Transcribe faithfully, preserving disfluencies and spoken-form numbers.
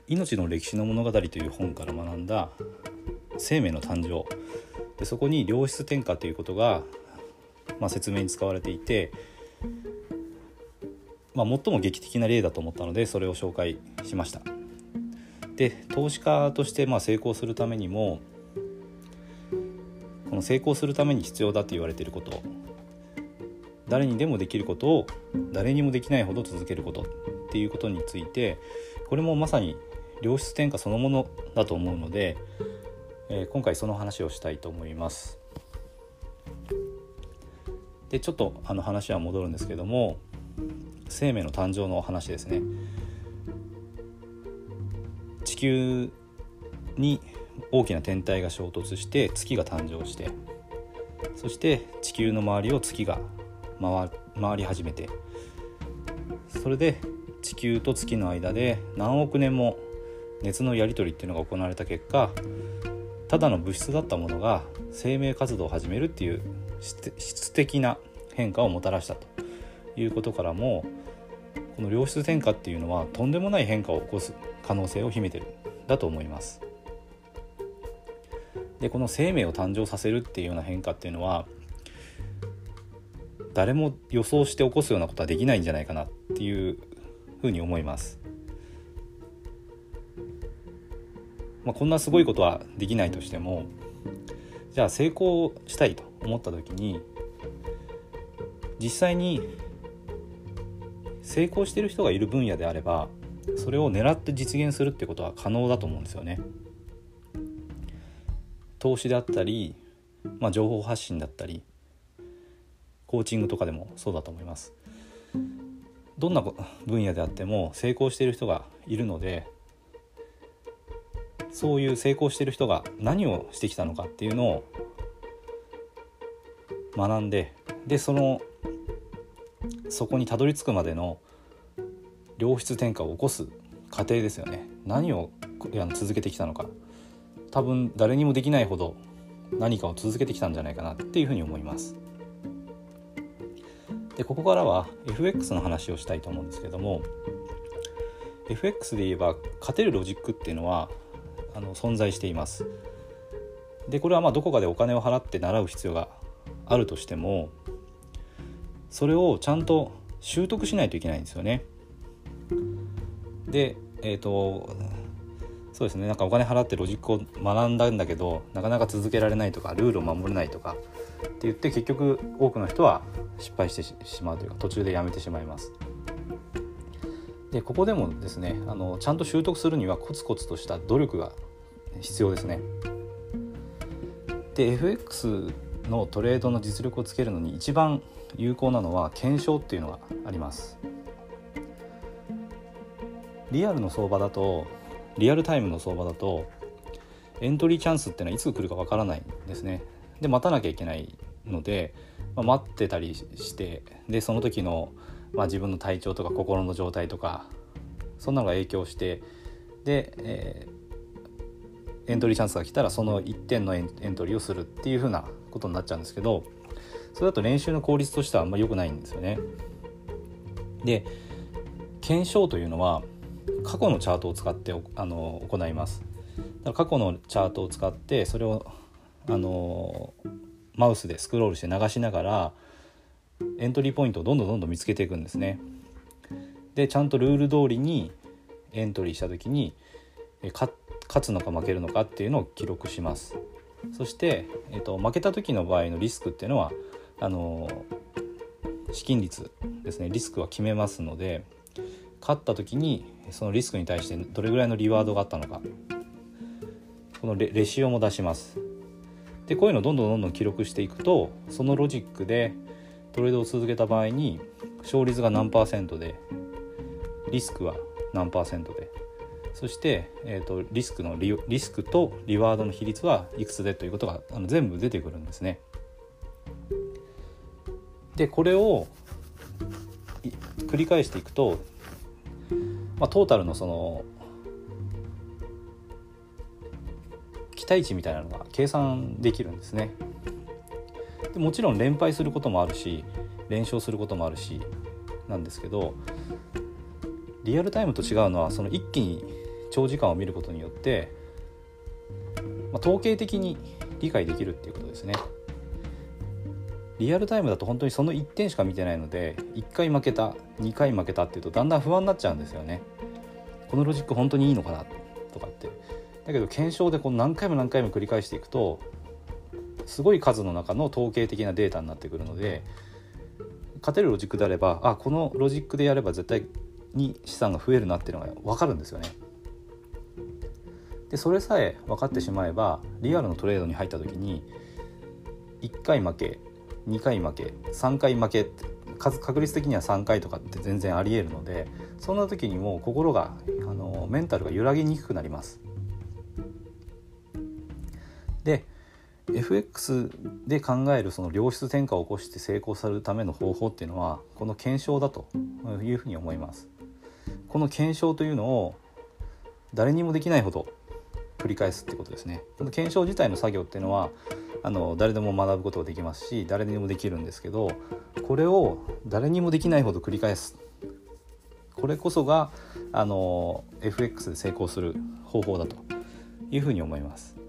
命の歴史の物語という本から学んだ生命の誕生で、そこに良質転化ということが、まあ、説明に使われていて、まあ、最も劇的な例だと思ったのでそれを紹介しました。で、投資家としてまあ成功するためにも、この成功するために必要だと言われていること、誰にでもできることを誰にもできないほど続けることっていうことについて、これもまさに良質転化そのものだと思うので、えー、今回その話をしたいと思います。で、ちょっとあの話は戻るんですけども、生命の誕生の話ですね。地球に大きな天体が衝突して月が誕生して、そして地球の周りを月が回、回り始めて、それで地球と月の間で何億年も熱のやり取りっていうのが行われた結果、ただの物質だったものが生命活動を始めるっていう質的な変化をもたらしたということからも、この良質転化っていうのはとんでもない変化を起こす可能性を秘めているだと思います。で、この生命を誕生させるっていうような変化っていうのは誰も予想して起こすようなことはできないんじゃないかなっていうふうに思います。まあ、こんなすごいことはできないとしても、じゃあ成功したいと思った時に、実際に成功している人がいる分野であれば、それを狙って実現するってことは可能だと思うんですよね。投資であったり、まあ、情報発信だったり、コーチングとかでもそうだと思います。どんな分野であっても成功している人がいるので、そういう成功している人が何をしてきたのかっていうのを学んで、でそのそこにたどり着くまでの良質転化を起こす過程ですよね。何を続けてきたのか、多分誰にもできないほど何かを続けてきたんじゃないかなっていうふうに思います。で、ここからは エフエックス の話をしたいと思うんですけども、 エフエックス で言えば勝てるロジックっていうのはあの存在しています。で、これはまあどこかでお金を払って習う必要があるとしても、それをちゃんと習得しないといけないんですよね。で、えーとそうですね、なんかお金払ってロジックを学んだんだけどなかなか続けられないとか、ルールを守れないとかって言って結局多くの人は失敗してしまうというか、途中でやめてしまいます。で、ここでもですね、あのちゃんと習得するにはコツコツとした努力が必要ですね。で、エフエックス のトレードの実力をつけるのに一番有効なのは検証っていうのがあります。リアルの相場だと、リアルタイムの相場だとエントリーチャンスっていうのはいつ来るかわからないんですね。で、待たなきゃいけないので、まあ、待ってたりして、でその時の、まあ、自分の体調とか心の状態とか、そんなのが影響して、で、えー、エントリーチャンスが来たらそのいってんのエン、エントリーをするっていう風なことになっちゃうんですけど、それだと練習の効率としてはあんまり良くないんですよね。で、検証というのは過去のチャートを使ってあの行います。だから過去のチャートを使ってそれをあのマウスでスクロールして流しながらエントリーポイントをどんどんどんどん見つけていくんですね。で、ちゃんとルール通りにエントリーした時に勝つのか負けるのかっていうのを記録します。そして、えっと、負けた時の場合のリスクっていうのはあの資金率ですね、リスクは決めますので、勝った時にそのリスクに対してどれぐらいのリワードがあったのか、この レ, レシオも出します。で、こういうのをどんどんどんどん記録していくと、そのロジックでトレードを続けた場合に勝率が何パーセントで、リスクは何パーセントで、そして、えーと、リスクの リ, リスクとリワードの比率はいくつでということがあの全部出てくるんですね。で、これを繰り返していくと、まあ、トータルのその期待値みたいなのが計算できるんですね。でもちろん連敗することもあるし、連勝することもあるしなんですけど、リアルタイムと違うのはその一気に長時間を見ることによって、まあ、統計的に理解できるっていうことですね。リアルタイムだと本当にそのいってんしか見てないので、いっかい負けたにかい負けたっていうとだんだん不安になっちゃうんですよね。このロジック本当にいいのかなとかって。だけど検証でこう何回も何回も繰り返していくとすごい数の中の統計的なデータになってくるので、勝てるロジックであれば、あ、このロジックでやれば絶対に資産が増えるなっていうのが分かるんですよね。でそれさえ分かってしまえば、リアルのトレードに入った時にいっかい負け、にかい負け、さんかい負けって、確率的にはさんかいとかって全然ありえるので、そんな時にもう心があのメンタルが揺らぎにくくなります。で エフエックス で考えるその良質転換を起こして成功するための方法っていうのはこの検証だというふうに思います。この検証というのを誰にもできないほど繰り返すってことですね。この検証自体の作業っていうのはあの誰でも学ぶことができますし、誰にもできるんですけど、これを誰にもできないほど繰り返す、これこそがあの エフエックス で成功する方法だというふうに思います。